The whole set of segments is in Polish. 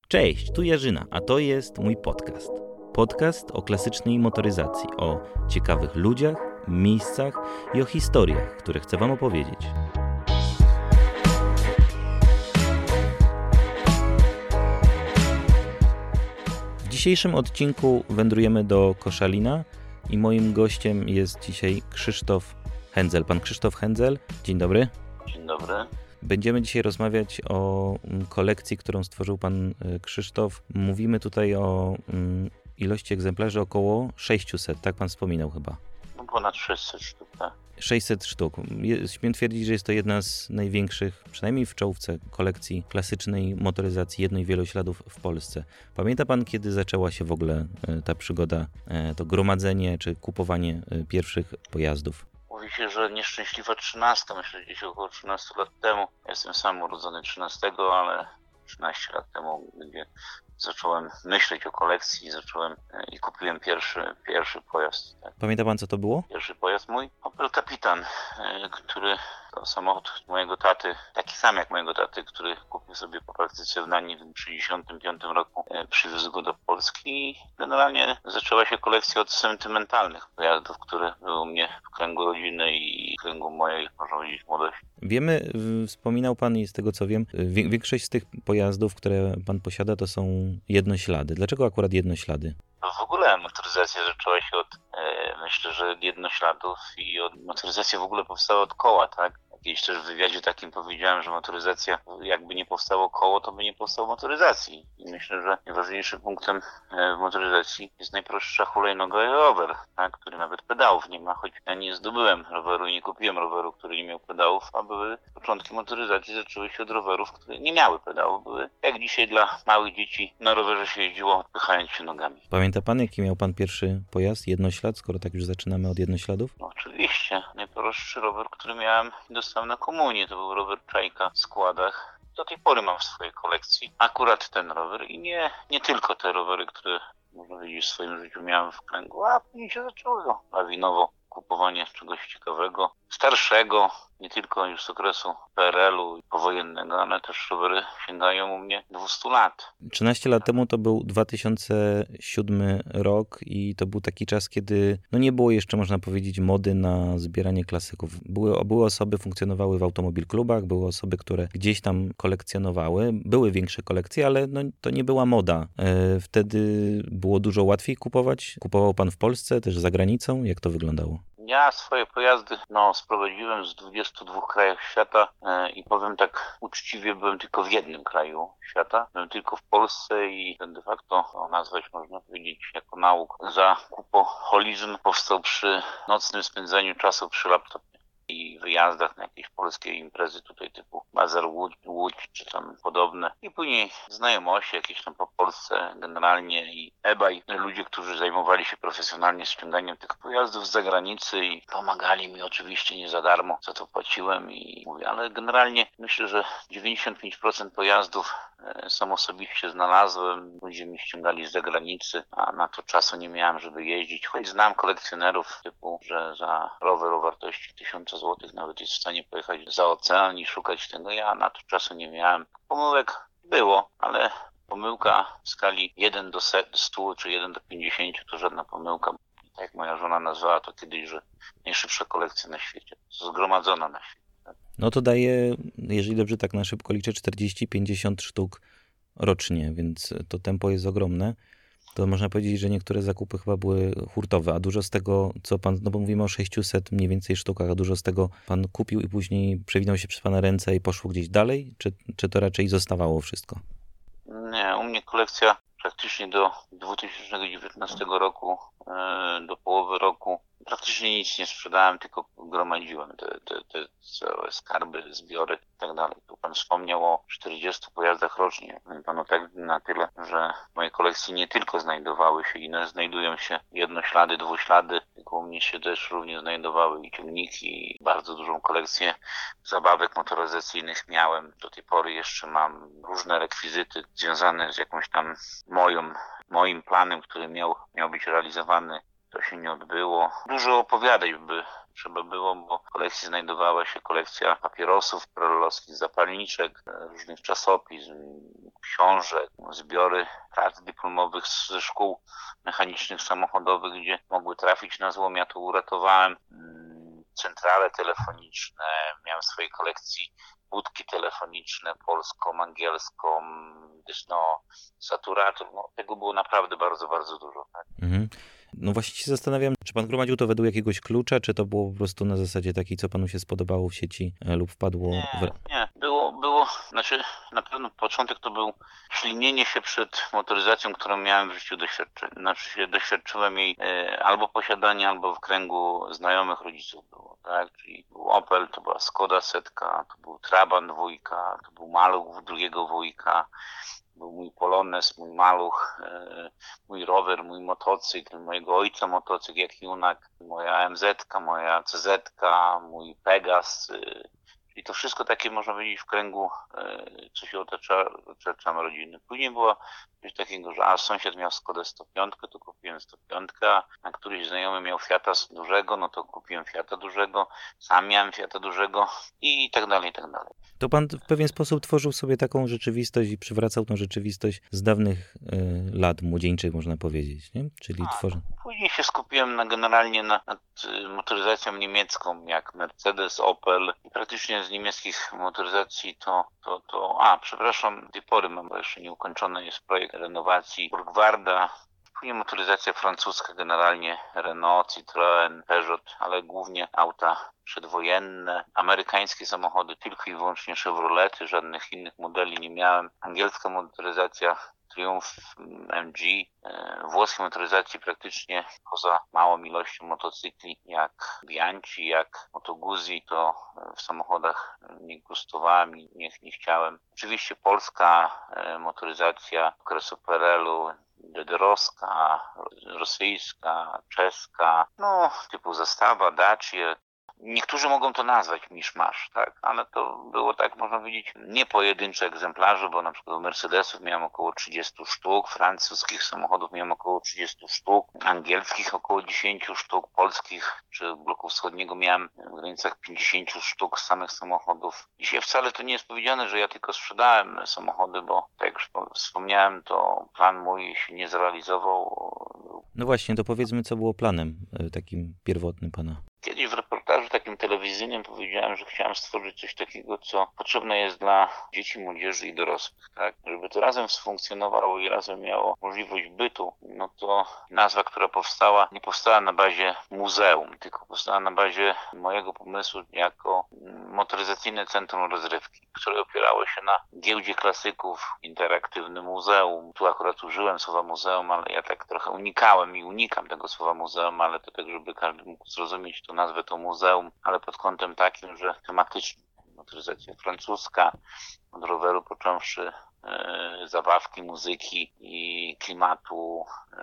Cześć, tu Jarzyna, a to jest mój podcast. Podcast o klasycznej motoryzacji, o ciekawych ludziach, miejscach i o historiach, które chcę Wam opowiedzieć. W dzisiejszym odcinku wędrujemy do Koszalina i moim gościem jest dzisiaj Krzysztof Hędzel. Pan Krzysztof Hędzel, dzień dobry. Dzień dobry. Będziemy dzisiaj rozmawiać o kolekcji, którą stworzył pan Krzysztof. Mówimy tutaj o ilości egzemplarzy około 600, tak pan wspominał chyba. No ponad 600 sztuk, tak. 600 sztuk. Śmiem twierdzić, że jest to jedna z największych, przynajmniej w czołówce, kolekcji klasycznej motoryzacji jedno- i wielośladów w Polsce. Pamięta pan, kiedy zaczęła się w ogóle ta przygoda, to gromadzenie czy kupowanie pierwszych pojazdów? Mówi się, że nieszczęśliwa 13, myślę, gdzieś około 13 lat temu. Ja jestem sam urodzony 13, ale 13 lat temu, gdzie zacząłem myśleć o kolekcji, i kupiłem pierwszy pojazd. Tak. Pamięta pan, co to było? Pierwszy pojazd mój? Opel Kapitan, który to samochód mojego taty, taki sam jak mojego taty, który kupił sobie po praktyce w Danii w 1965 roku, przywiózł go do Polski i generalnie zaczęła się kolekcja od sentymentalnych pojazdów, które były u mnie w kręgu rodziny i w kręgu mojej, można powiedzieć, młodości. Wiemy, wspominał pan i z tego co wiem, większość z tych pojazdów, które pan posiada, to są jednoślady. Dlaczego akurat jednoślady? No w ogóle motoryzacja zaczęła się od, myślę, że jednośladów i motoryzacja w ogóle powstała od koła, tak? Kiedyś też w wywiadzie takim powiedziałem, że motoryzacja, jakby nie powstało koło, to by nie powstało motoryzacji. I myślę, że najważniejszym punktem w motoryzacji jest najprostsza hulajnoga i rower, tak? Który nawet pedałów nie ma, choć ja nie zdobyłem roweru i nie kupiłem roweru, który nie miał pedałów, a początki motoryzacji zaczęły się od rowerów, które nie miały pedałów. Były jak dzisiaj dla małych dzieci na rowerze się jeździło, odpychając się nogami. Pamięta pan, jaki miał pan pierwszy pojazd, jednoślad, skoro tak już zaczynamy od jednośladów? No oczywiście. Najprostszy rower, który miałem, dostałem na komunię, to był rower Czajka w składach. Do tej pory mam w swojej kolekcji akurat ten rower i nie tylko te rowery, które można powiedzieć w swoim życiu miałem w kręgu, a później się zaczęło lawinowo kupowanie czegoś ciekawego, starszego, nie tylko już z okresu PRL-u i powojennego, ale też rowery sięgają u mnie 200 lat. 13 lat temu to był 2007 rok i to był taki czas, kiedy nie było jeszcze, można powiedzieć, mody na zbieranie klasyków. Były osoby, funkcjonowały w automobil klubach, były osoby, które gdzieś tam kolekcjonowały. Były większe kolekcje, ale to nie była moda. Wtedy było dużo łatwiej kupować. Kupował pan w Polsce, też za granicą? Jak to wyglądało? Ja swoje pojazdy sprowadziłem z 22 krajów świata i powiem tak uczciwie, byłem tylko w jednym kraju świata. Byłem tylko w Polsce i de facto nazwać można powiedzieć jako nauk zakupoholizm powstał przy nocnym spędzaniu czasu przy laptopie i wyjazdach na jakieś polskie imprezy tutaj typu Bazar Łódź czy tam podobne. I później znajomości jakieś tam po Polsce generalnie i eBay. Ludzie, którzy zajmowali się profesjonalnie ściąganiem tych pojazdów z zagranicy i pomagali mi oczywiście nie za darmo, za to płaciłem i mówię, ale generalnie myślę, że 95% pojazdów sam osobiście znalazłem. Ludzie mi ściągali z zagranicy, a na to czasu nie miałem, żeby jeździć. Choć znam kolekcjonerów typu, że za rower o wartości 1000 zł nawet jest w stanie pojechać za ocean i szukać tego. Ja na to czasu nie miałem. Pomyłek było, ale pomyłka w skali 1 do 100 czy 1 do 50 to żadna pomyłka. Tak jak moja żona nazwała to kiedyś, że najszybsza kolekcja na świecie. Zgromadzona na świecie. No to daje, jeżeli dobrze tak na szybko liczę, 40-50 sztuk rocznie, więc to tempo jest ogromne. To można powiedzieć, że niektóre zakupy chyba były hurtowe, a dużo z tego, co pan, bo mówimy o 600 mniej więcej sztukach, a dużo z tego pan kupił i później przewinął się przez pana ręce i poszło gdzieś dalej, czy to raczej zostawało wszystko? Nie, u mnie kolekcja praktycznie do 2019 roku, do połowy roku, praktycznie nic nie sprzedałem, tylko gromadziłem te całe skarby, zbiory i tak dalej. Tu pan wspomniał o 40 pojazdach rocznie. Panu tak na tyle, że w mojej kolekcji nie tylko znajdowały się znajdują się jednoślady, dwuślady, tylko u mnie się też również znajdowały i ciągniki, i bardzo dużą kolekcję zabawek motoryzacyjnych miałem. Do tej pory jeszcze mam różne rekwizyty związane z jakąś tam moim planem, który miał być realizowany to się nie odbyło. Dużo opowiadać by trzeba było, bo w kolekcji znajdowała się kolekcja papierosów prolowskich, zapalniczek, różnych czasopism, książek, zbiory prac dyplomowych ze szkół mechanicznych, samochodowych, gdzie mogły trafić na złom. Ja to uratowałem. Centrale telefoniczne, miałem w swojej kolekcji budki telefoniczne, polską, angielską, saturator. Tego było naprawdę bardzo, bardzo dużo. Tak? Mhm. No właśnie się zastanawiam, czy pan gromadził to według jakiegoś klucza, czy to było po prostu na zasadzie takiej, co panu się spodobało w sieci lub wpadło Nie. Było, znaczy na pewno początek to był ślinienie się przed motoryzacją, którą miałem w życiu doświadczenia. Znaczy się doświadczyłem jej albo posiadania, albo w kręgu znajomych rodziców było, tak? Czyli był Opel, to była Skoda Setka, to był Trabant dwójka, to był Maluch drugiego wujka. Był mój Polones, mój Maluch, mój rower, mój motocykl, mojego ojca motocykl jak Junak, moja MZ-ka, moja CZ-ka, mój Pegas. I to wszystko takie, można powiedzieć, w kręgu, co się otacza rodziny. Później było coś takiego, że sąsiad miał Skodę 105, to kupiłem 105, a któryś znajomy miał Fiata dużego, no to kupiłem Fiata dużego, sam miałem Fiata dużego i tak dalej, i tak dalej. To pan w pewien sposób tworzył sobie taką rzeczywistość i przywracał tą rzeczywistość z dawnych lat młodzieńczych, można powiedzieć, nie? Czyli Później się skupiłem generalnie nad motoryzacją niemiecką, jak Mercedes, Opel. I praktycznie z niemieckich motoryzacji do tej pory mam, bo jeszcze nieukończony jest projekt renowacji Burgwarda. Później motoryzacja francuska, generalnie Renault, Citroën, Peugeot, ale głównie auta przedwojenne, amerykańskie samochody, tylko i wyłącznie Chevrolety, żadnych innych modeli nie miałem. Angielska motoryzacja, Triumph MG, włoskie motoryzacje praktycznie poza małą ilością motocykli jak Bianchi, jak Moto Guzzi, to w samochodach nie gustowałem i nie chciałem. Oczywiście polska motoryzacja okresu PRL-u, DDR-owska, rosyjska, czeska, typu Zastawa, Dacia. Niektórzy mogą to nazwać miszmasz, tak, ale to było, tak można powiedzieć, nie pojedyncze egzemplarze, bo na przykład Mercedesów miałem około 30 sztuk, francuskich samochodów miałem około 30 sztuk, angielskich około 10 sztuk, polskich czy bloku wschodniego miałem w granicach 50 sztuk samych samochodów. Dzisiaj wcale to nie jest powiedziane, że ja tylko sprzedałem samochody, bo tak jak już wspomniałem, to plan mój się nie zrealizował. No właśnie, to powiedzmy, co było planem takim pierwotnym pana. Kiedyś w reportażu takim telewizyjnym powiedziałem, że chciałem stworzyć coś takiego, co potrzebne jest dla dzieci, młodzieży i dorosłych, tak? Żeby to razem funkcjonowało i razem miało możliwość bytu, no to nazwa, która powstała, nie powstała na bazie muzeum, tylko powstała na bazie mojego pomysłu jako motoryzacyjne centrum rozrywki, które opierało się na giełdzie klasyków, interaktywnym muzeum. Tu akurat użyłem słowa muzeum, ale ja tak trochę unikałem i unikam tego słowa muzeum, ale to tak, żeby każdy mógł zrozumieć to nazwę to muzeum, ale pod kątem takim, że tematycznie motoryzacja francuska, od roweru począwszy zabawki, muzyki i klimatu,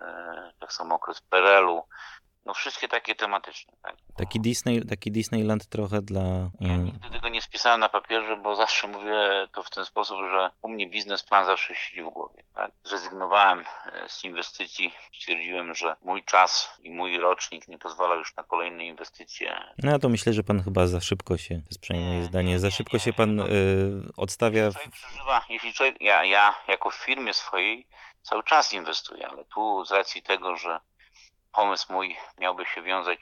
tak samo okres PRL-u, wszystkie takie tematyczne. Tak? Taki Disneyland trochę dla... Ja nigdy tego nie spisałem na papierze, bo zawsze mówię to w ten sposób, że u mnie biznesplan zawsze siedzi w głowie. Tak? Zrezygnowałem z inwestycji, stwierdziłem, że mój czas i mój rocznik nie pozwala już na kolejne inwestycje. No ja to myślę, że pan chyba za szybko się, to jest przynajmniej moje zdanie, za szybko się pan odstawia... Jeśli człowiek, ja jako w firmie swojej cały czas inwestuję, ale tu z racji tego, że pomysł mój miałby się wiązać,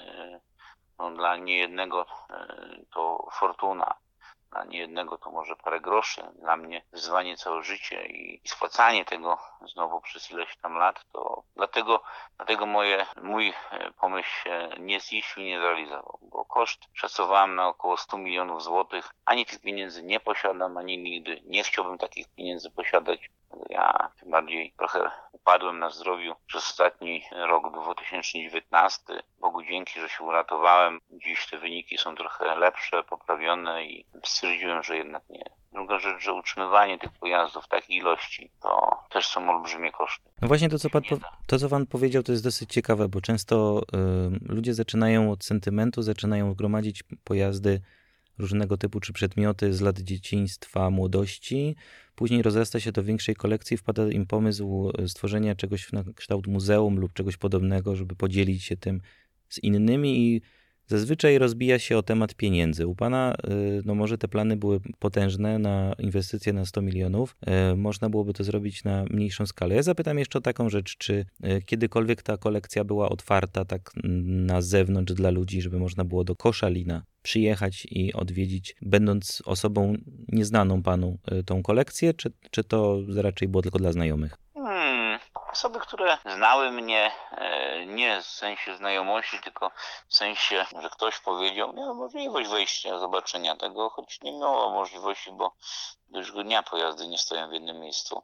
dla niejednego to fortuna, dla niejednego to może parę groszy, dla mnie wyzwanie całe życie i spłacanie tego znowu przez ileś tam lat, to dlatego mój pomysł się nie ziścił i nie zrealizował, bo koszt szacowałem na około 100 milionów złotych, ani tych pieniędzy nie posiadam, ani nigdy nie chciałbym takich pieniędzy posiadać. Ja tym bardziej trochę upadłem na zdrowiu przez ostatni rok 2019. Bogu dzięki, że się uratowałem. Dziś te wyniki są trochę lepsze, poprawione i stwierdziłem, że jednak nie. Druga rzecz, że utrzymywanie tych pojazdów w takiej ilości to też są olbrzymie koszty. No właśnie to, co pan powiedział, to jest dosyć ciekawe, bo często ludzie zaczynają od sentymentu, zaczynają gromadzić pojazdy różnego typu czy przedmioty z lat dzieciństwa, młodości. Później rozrasta się to w większej kolekcji, wpada im pomysł stworzenia czegoś na kształt muzeum lub czegoś podobnego, żeby podzielić się tym z innymi i zazwyczaj rozbija się o temat pieniędzy. U pana, no może te plany były potężne na inwestycje na 100 milionów. Można byłoby to zrobić na mniejszą skalę. Ja zapytam jeszcze o taką rzecz, czy kiedykolwiek ta kolekcja była otwarta tak na zewnątrz dla ludzi, żeby można było do Koszalina przyjechać i odwiedzić, będąc osobą nieznaną panu tą kolekcję, czy to raczej było tylko dla znajomych? Osoby, które znały mnie, nie w sensie znajomości, tylko w sensie, że ktoś powiedział, miałem możliwość wejścia, zobaczenia tego, choć nie miało możliwości, bo już dnia pojazdy nie stoją w jednym miejscu.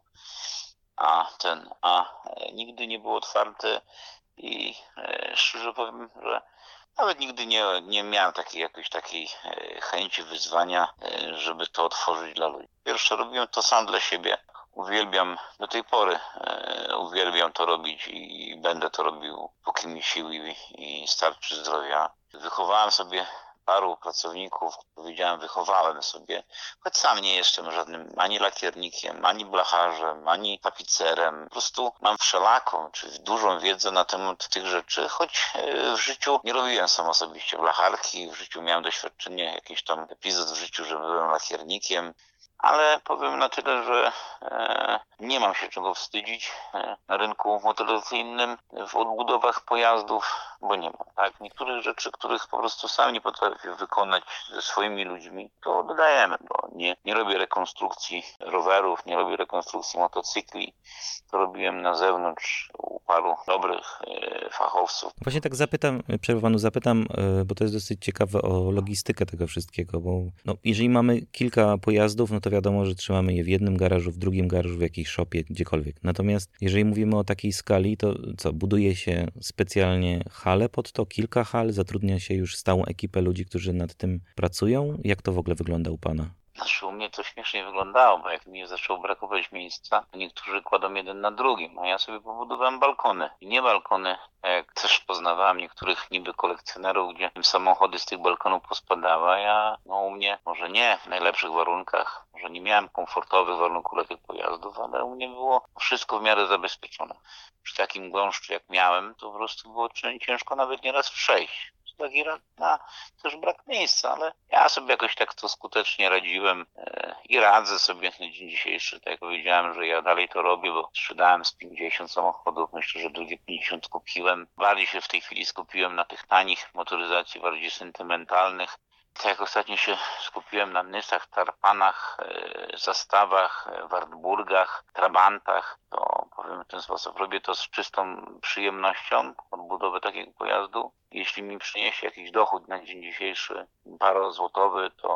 A nigdy nie było otwarte i szczerze powiem, że nawet nigdy nie miałem jakiejś takiej chęci, wyzwania, żeby to otworzyć dla ludzi. Pierwsze robiłem to sam dla siebie. Uwielbiam, do tej pory uwielbiam to robić i będę to robił, póki mi sił i starczy zdrowia. Wychowałem sobie paru pracowników, wychowałem sobie, choć sam nie jestem żadnym ani lakiernikiem, ani blacharzem, ani tapicerem. Po prostu mam wszelaką, czy dużą wiedzę na temat tych rzeczy, choć w życiu nie robiłem sam osobiście blacharki, w życiu miałem doświadczenie, jakiś tam epizod w życiu, że byłem lakiernikiem. Ale powiem na tyle, że nie mam się czego wstydzić na rynku motoryzacyjnym w odbudowach pojazdów, bo nie mam. Tak? Niektórych rzeczy, których po prostu sam nie potrafię wykonać ze swoimi ludźmi, to dodajemy, bo nie robię rekonstrukcji rowerów, nie robię rekonstrukcji motocykli. To robiłem na zewnątrz u paru dobrych fachowców. Właśnie tak zapytam, bo to jest dosyć ciekawe o logistykę tego wszystkiego, bo no, jeżeli mamy kilka pojazdów, no to wiadomo, że trzymamy je w jednym garażu, w drugim garażu, w jakiejś szopie, gdziekolwiek. Natomiast jeżeli mówimy o takiej skali, to co, buduje się specjalnie halę pod to, kilka hal, zatrudnia się już stałą ekipę ludzi, którzy nad tym pracują? Jak to w ogóle wygląda u pana? U mnie to śmiesznie wyglądało, bo jak mi zaczęło brakować miejsca, to niektórzy kładą jeden na drugim, a ja sobie pobudowałem balkony. I nie balkony, jak też poznawałem niektórych niby kolekcjonerów, gdzie samochody z tych balkonów pospadały, a ja, u mnie, może nie w najlepszych warunkach, może nie miałem komfortowych warunków dla tych pojazdów, ale u mnie było wszystko w miarę zabezpieczone. Przy takim gąszczu jak miałem, to po prostu było ciężko nawet nieraz przejść. Też brak miejsca, ale ja sobie jakoś tak to skutecznie radziłem i radzę sobie na dzień dzisiejszy. Tak jak powiedziałem, że ja dalej to robię, bo sprzedałem z 50 samochodów, myślę, że drugie 50 kupiłem. Bardziej się w tej chwili skupiłem na tych tanich motoryzacji, bardziej sentymentalnych. Tak jak ostatnio się skupiłem na Nysach, Tarpanach, Zastawach, Wartburgach, Trabantach, to powiem w ten sposób, robię to z czystą przyjemnością, odbudowę takiego pojazdu. Jeśli mi przyniesie jakiś dochód na dzień dzisiejszy parozłotowy, to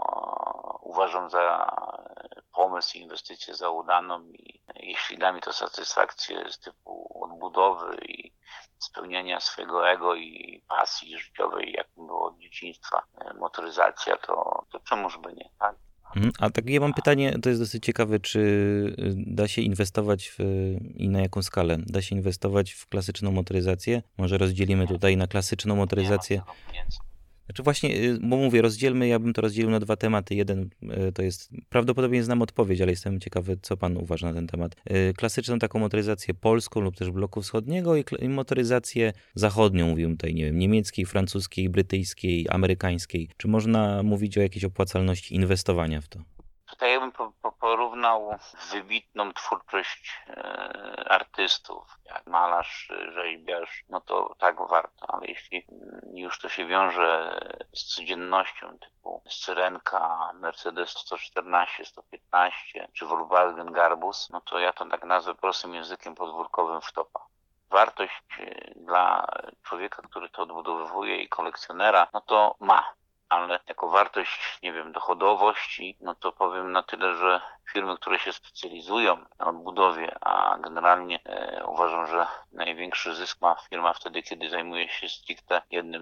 uważam za pomysł i inwestycję za udaną i jeśli da mi to satysfakcję z typu odbudowy i spełnienia swojego ego i pasji życiowej, jak było od dzieciństwa, motoryzacja, to czemuż by nie, tak? A tak ja mam pytanie, to jest dosyć ciekawe, czy da się inwestować i na jaką skalę? Da się inwestować w klasyczną motoryzację? Może rozdzielimy tutaj na klasyczną motoryzację. Znaczy właśnie, bo mówię, ja bym to rozdzielił na dwa tematy. Jeden to jest, prawdopodobnie znam odpowiedź, ale jestem ciekawy, co pan uważa na ten temat. Klasyczną taką motoryzację polską lub też bloku wschodniego i motoryzację zachodnią, mówimy tutaj, nie wiem, niemieckiej, francuskiej, brytyjskiej, amerykańskiej. Czy można mówić o jakiejś opłacalności inwestowania w to? Tutaj ja bym porównał wybitną twórczość artystów, jak malarz, rzeźbiarz, no to tak warto, ale jeśli już to się wiąże z codziennością typu Syrenka, Mercedes 114, 115 czy Volkswagen Garbus, no to ja to tak nazwę prostym językiem podwórkowym wtopa. Wartość dla człowieka, który to odbudowuje i kolekcjonera, no to ma. Ale jako wartość, nie wiem, dochodowości, no to powiem na tyle, że firmy, które się specjalizują na odbudowie, a generalnie uważam, że największy zysk ma firma wtedy, kiedy zajmuje się stricte jednym,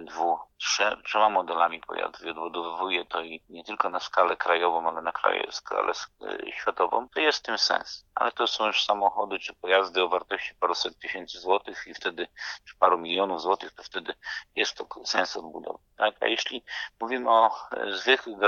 trzema modelami pojazdów i odbudowuje to i nie tylko na skalę krajową, ale na skalę światową, to jest w tym sens. Ale to są już samochody czy pojazdy o wartości paruset tysięcy złotych i wtedy, czy paru milionów złotych, to wtedy jest to sens odbudowy. Tak? A jeśli mówimy o zwykłych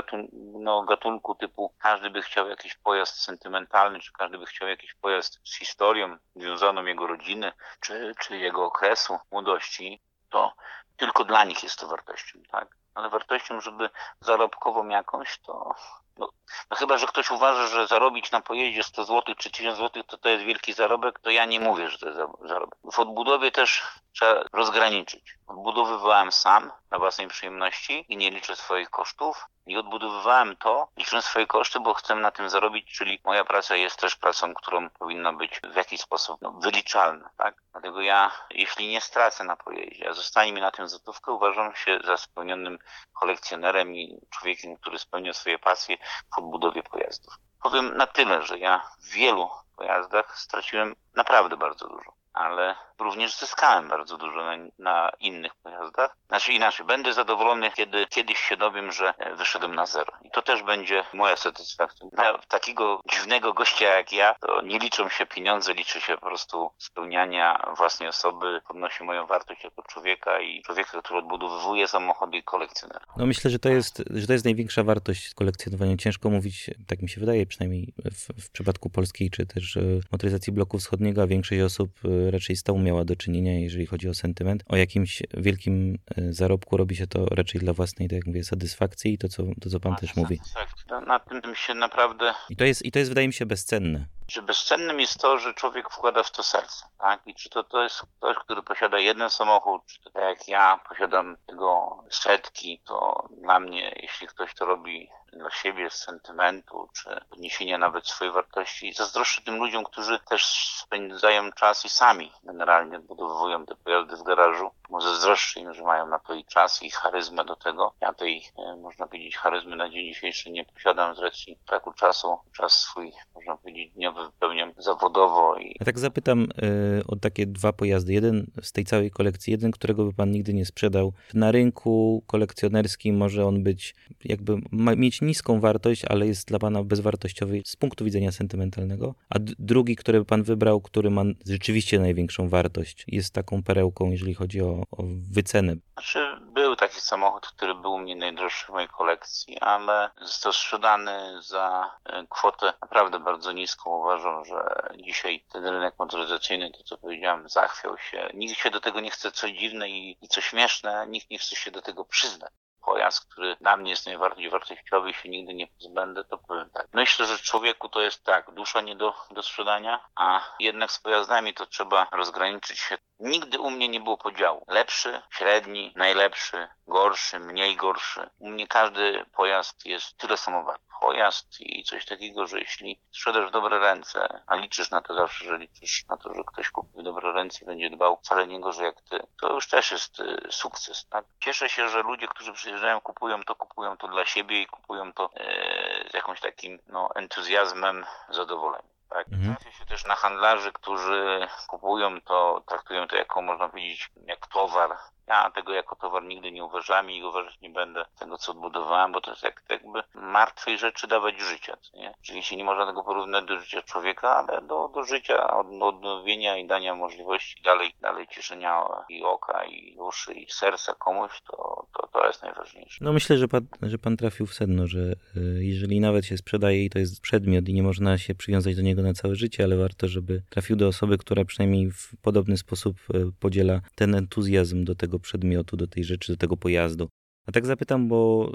gatunku typu każdy by chciał jakiś pojazd sentymentalny, czy każdy by chciał jakiś pojazd z historią związaną jego rodziny, czy jego okresu młodości, to tylko dla nich jest to wartością, tak? Ale wartością, żeby zarobkową jakąś, to no chyba, że ktoś uważa, że zarobić na pojeździe 100 zł czy 1000 zł to jest wielki zarobek, to ja nie mówię, że to jest zarobek. W odbudowie też trzeba rozgraniczyć. Odbudowywałem sam na własnej przyjemności i nie liczę swoich kosztów. I odbudowywałem to, licząc swoje koszty, bo chcę na tym zarobić, czyli moja praca jest też pracą, którą powinna być w jakiś sposób wyliczalna, tak? Dlatego ja, jeśli nie stracę na pojeździe, a zostanie mi na tym złotówkę, uważam się za spełnionym kolekcjonerem i człowiekiem, który spełnia swoje pasje w odbudowie pojazdów. Powiem na tyle, że ja w wielu pojazdach straciłem naprawdę bardzo dużo, ale również zyskałem bardzo dużo na innych pojazdach. Znaczy inaczej, będę zadowolony, kiedy kiedyś się dowiem, że wyszedłem na zero. I to też będzie moja satysfakcja. Dla takiego dziwnego gościa jak ja, to nie liczą się pieniądze, liczy się po prostu spełniania własnej osoby, podnosi moją wartość jako człowieka i człowieka, który odbudowuje samochody i kolekcjonera. No myślę, że to jest największa wartość kolekcjonowania. Ciężko mówić, tak mi się wydaje, przynajmniej w przypadku polskiej, czy też motoryzacji bloku wschodniego, a większość osób raczej z tą miała do czynienia, jeżeli chodzi o sentyment. O jakimś wielkim zarobku robi się to raczej dla własnej, tak jak mówię, satysfakcji i to, co pan też mówi. Na tym się naprawdę... I to jest, wydaje mi się, bezcenne. Czy bezcennym jest to, że człowiek wkłada w to serce, tak? I czy to jest ktoś, który posiada jeden samochód, czy to tak jak ja posiadam tego setki, to dla mnie, jeśli ktoś to robi dla siebie z sentymentu, czy podniesienia nawet swojej wartości, zazdroszczę tym ludziom, którzy też spędzają czas i sami generalnie odbudowują te pojazdy w garażu. Bo zazdroszczę im, że mają na to i czas, i charyzmę do tego. Ja tej, można powiedzieć, charyzmy na dzień dzisiejszy nie posiadam z racji braku czasu. Czas swój, można powiedzieć, dniowy wypełniam zawodowo. Ja tak zapytam o takie dwa pojazdy. Jeden z tej całej kolekcji, jeden, którego by pan nigdy nie sprzedał. Na rynku kolekcjonerskim może on być, jakby mieć niską wartość, ale jest dla pana bezwartościowy z punktu widzenia sentymentalnego. A drugi, który by pan wybrał, który ma rzeczywiście największą wartość, jest taką perełką, jeżeli chodzi o wycenę. Znaczy, był taki samochód, który był u mnie najdroższy w mojej kolekcji, ale został sprzedany za kwotę naprawdę bardzo niską. Uważam, że dzisiaj ten rynek motoryzacyjny, to co powiedziałem, zachwiał się. Nikt się do tego nie chce, co dziwne i co śmieszne, nikt nie chce się do tego przyznać. Pojazd, który dla mnie jest najbardziej wartościowy i się nigdy nie pozbędę, to powiem tak. Myślę, że człowieku to jest tak, dusza nie do sprzedania, a jednak z pojazdami to trzeba rozgraniczyć się. Nigdy u mnie nie było podziału. Lepszy, średni, najlepszy, gorszy, mniej gorszy. U mnie każdy pojazd jest tyle samo wart. Pojazd i coś takiego, że jeśli sprzedasz w dobre ręce, a liczysz na to zawsze, że liczysz na to, że ktoś kupi w dobre ręce i będzie dbał wcale nie gorzej jak ty, to już też jest sukces, tak? Cieszę się, że ludzie, którzy przyjeżdżają, kupują to dla siebie i kupują to z jakimś takim entuzjazmem, zadowoleniem. Tak. Trafię się też na handlarzy, którzy kupują to, traktują to jako, można powiedzieć, jak towar. Ja tego jako towar nigdy nie uważam i uważać nie będę tego, co odbudowałem, bo to jest jakby martwej rzeczy dawać życia. Nie? Oczywiście nie można tego porównać do życia człowieka, ale do życia, odnowienia i dania możliwości dalej cieszenia i oka, i duszy, i serca komuś, to jest najważniejsze. No myślę, że pan trafił w sedno, że jeżeli nawet się sprzedaje i to jest przedmiot i nie można się przywiązać do niego na całe życie, ale warto, żeby trafił do osoby, która przynajmniej w podobny sposób podziela ten entuzjazm do tego przedmiotu, do tej rzeczy, do tego pojazdu. A tak zapytam, bo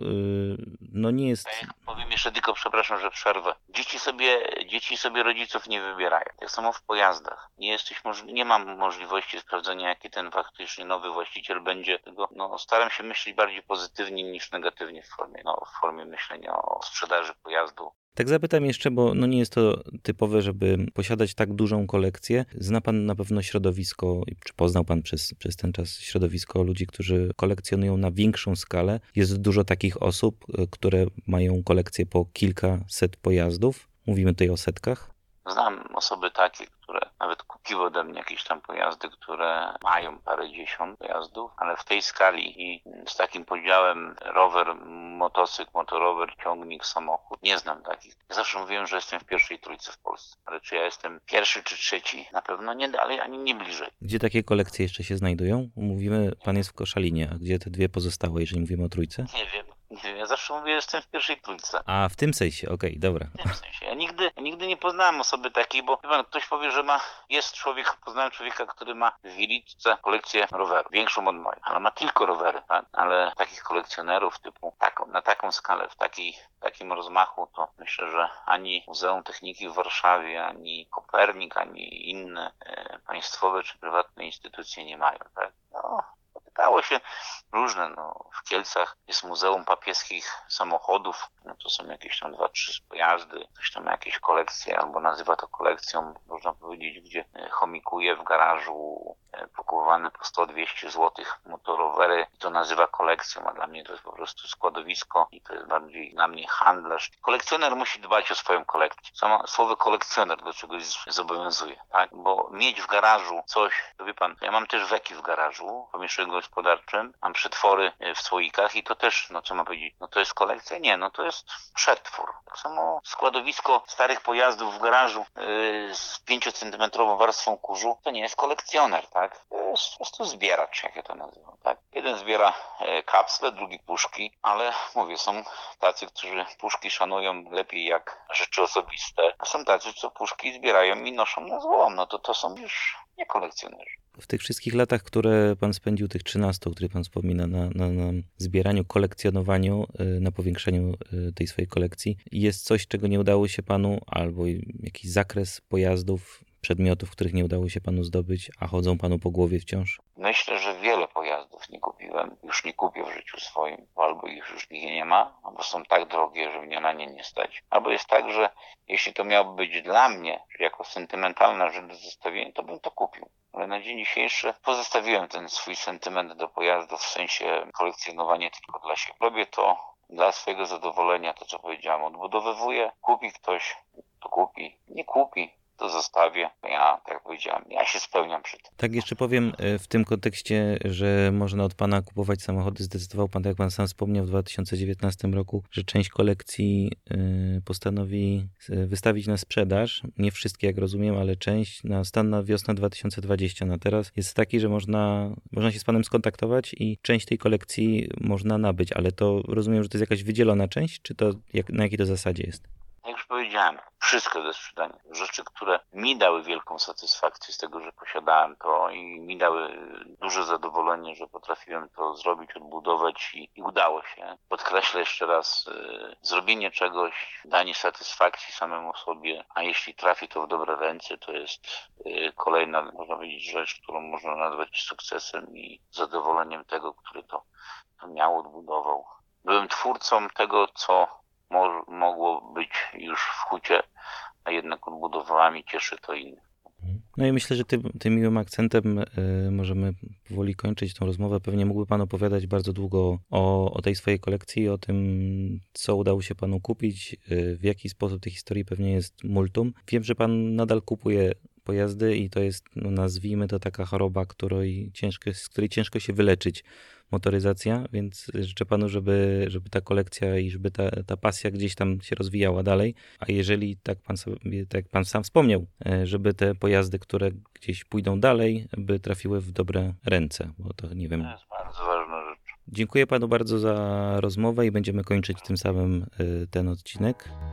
nie jest... Powiem jeszcze tylko, przepraszam, że przerwę. Dzieci sobie rodziców nie wybierają. Tak samo w pojazdach. Nie mam możliwości sprawdzenia, jaki ten faktycznie nowy właściciel będzie. Tego, staram się myśleć bardziej pozytywnie niż negatywnie w formie myślenia o sprzedaży pojazdu. Tak zapytam jeszcze, bo nie jest to typowe, żeby posiadać tak dużą kolekcję. Zna pan na pewno środowisko, czy poznał pan przez ten czas środowisko ludzi, którzy kolekcjonują na większą skalę. Jest dużo takich osób, które mają kolekcję po kilkaset pojazdów. Mówimy tutaj o setkach. Znam osoby takie, które nawet kupiły ode mnie jakieś tam pojazdy, które mają parę dziesiąt pojazdów, ale w tej skali i z takim podziałem rower, motocykl, motorower, ciągnik, samochód, nie znam takich. Ja zawsze mówiłem, że jestem w pierwszej trójce w Polsce, ale czy ja jestem pierwszy czy trzeci? Na pewno nie dalej, ani nie bliżej. Gdzie takie kolekcje jeszcze się znajdują? Mówimy, pan jest w Koszalinie, a gdzie te dwie pozostałe, jeżeli mówimy o trójce? Nie wiem. Ja zawsze mówię, że jestem w pierwszej trójce. A, w tym sensie, okej, dobra. W tym sensie. Ja nigdy nie poznałem osoby takiej, bo wie pan, ktoś powie, że poznałem człowieka, który ma w Wilitce kolekcję rowerów, większą od mojej, ale ma tylko rowery, tak? Ale takich kolekcjonerów typu na taką skalę, w takim rozmachu, to myślę, że ani Muzeum Techniki w Warszawie, ani Kopernik, ani inne państwowe czy prywatne instytucje nie mają, tak? Spotykało się różne, w Kielcach jest Muzeum Papieskich Samochodów, to są jakieś tam 2-3 pojazdy, ktoś tam ma jakieś kolekcje, albo nazywa to kolekcją, można powiedzieć, gdzie chomikuje w garażu pokupowane po 100-200 zł motorowery i to nazywa kolekcją, a dla mnie to jest po prostu składowisko i to jest bardziej dla mnie handlarz. Kolekcjoner musi dbać o swoją kolekcję. Samo słowo kolekcjoner do czegoś zobowiązuje, tak? Bo mieć w garażu coś, to wie pan, ja mam też weki w garażu, w pomieszczeniu gospodarczym, mam przetwory w słoikach i to też, co mam powiedzieć, to jest kolekcja? Nie, to jest przetwór. Tak samo składowisko starych pojazdów w garażu z 5-centymetrową warstwą kurzu, to nie jest kolekcjoner, tak? To jest po prostu zbieracz, jak ja to nazywam, tak? Jeden zbiera kapsle, drugi puszki, ale mówię, są tacy, którzy puszki szanują lepiej jak rzeczy osobiste, a są tacy, co puszki zbierają i noszą na złom, to są już nie kolekcjonerzy. W tych wszystkich latach, które pan spędził, tych 13, które pan wspomina, na zbieraniu, kolekcjonowaniu, na powiększeniu tej swojej kolekcji, jest coś, czego nie udało się panu, albo jakiś zakres pojazdów, przedmiotów, których nie udało się panu zdobyć, a chodzą panu po głowie wciąż? Myślę, że wiele pojazdów nie kupiłem, już nie kupię w życiu swoim, albo ich już nigdzie nie ma, albo są tak drogie, że mnie na nie nie stać. Albo jest tak, że jeśli to miało być dla mnie, czyli jako sentymentalna rzecz do zostawienia, to bym to kupił. Ale na dzień dzisiejszy pozostawiłem ten swój sentyment do pojazdów, w sensie kolekcjonowanie tylko dla siebie. Robię to dla swojego zadowolenia, to co powiedziałem, odbudowywuję, kupi ktoś, to kupi, nie kupi, to zostawię. Ja, tak jak powiedziałem, ja się spełniam przy tym. Tak, jeszcze powiem w tym kontekście, że można od pana kupować samochody. Zdecydował pan, tak jak pan sam wspomniał, w 2019 roku, że część kolekcji postanowi wystawić na sprzedaż. Nie wszystkie, jak rozumiem, ale część na stan na wiosnę 2020. Na teraz jest taki, że można się z panem skontaktować i część tej kolekcji można nabyć, ale to rozumiem, że to jest jakaś wydzielona część, czy to na jakiej to zasadzie jest? Jak już powiedziałem, wszystko do sprzedania. Rzeczy, które mi dały wielką satysfakcję z tego, że posiadałem to i mi dały duże zadowolenie, że potrafiłem to zrobić, odbudować i udało się. Podkreślę jeszcze raz, zrobienie czegoś, danie satysfakcji samemu sobie, a jeśli trafi to w dobre ręce, to jest kolejna, można powiedzieć, rzecz, którą można nazwać sukcesem i zadowoleniem tego, który to miał, odbudował. Byłem twórcą tego, co mogło być już w hucie, a jednak odbudowałem i cieszy to innych. No i myślę, że tym miłym akcentem możemy powoli kończyć tą rozmowę. Pewnie mógłby pan opowiadać bardzo długo o tej swojej kolekcji, o tym, co udało się panu kupić, w jaki sposób tej historii pewnie jest multum. Wiem, że pan nadal kupuje pojazdy i to jest, nazwijmy to, taka choroba, z której ciężko się wyleczyć, motoryzacja, więc życzę panu, żeby ta kolekcja i żeby ta pasja gdzieś tam się rozwijała dalej, a jeżeli, tak jak pan sam wspomniał, żeby te pojazdy, które gdzieś pójdą dalej, by trafiły w dobre ręce, bo to nie wiem. To jest bardzo ważna rzecz. Dziękuję panu bardzo za rozmowę i będziemy kończyć tym samym ten odcinek.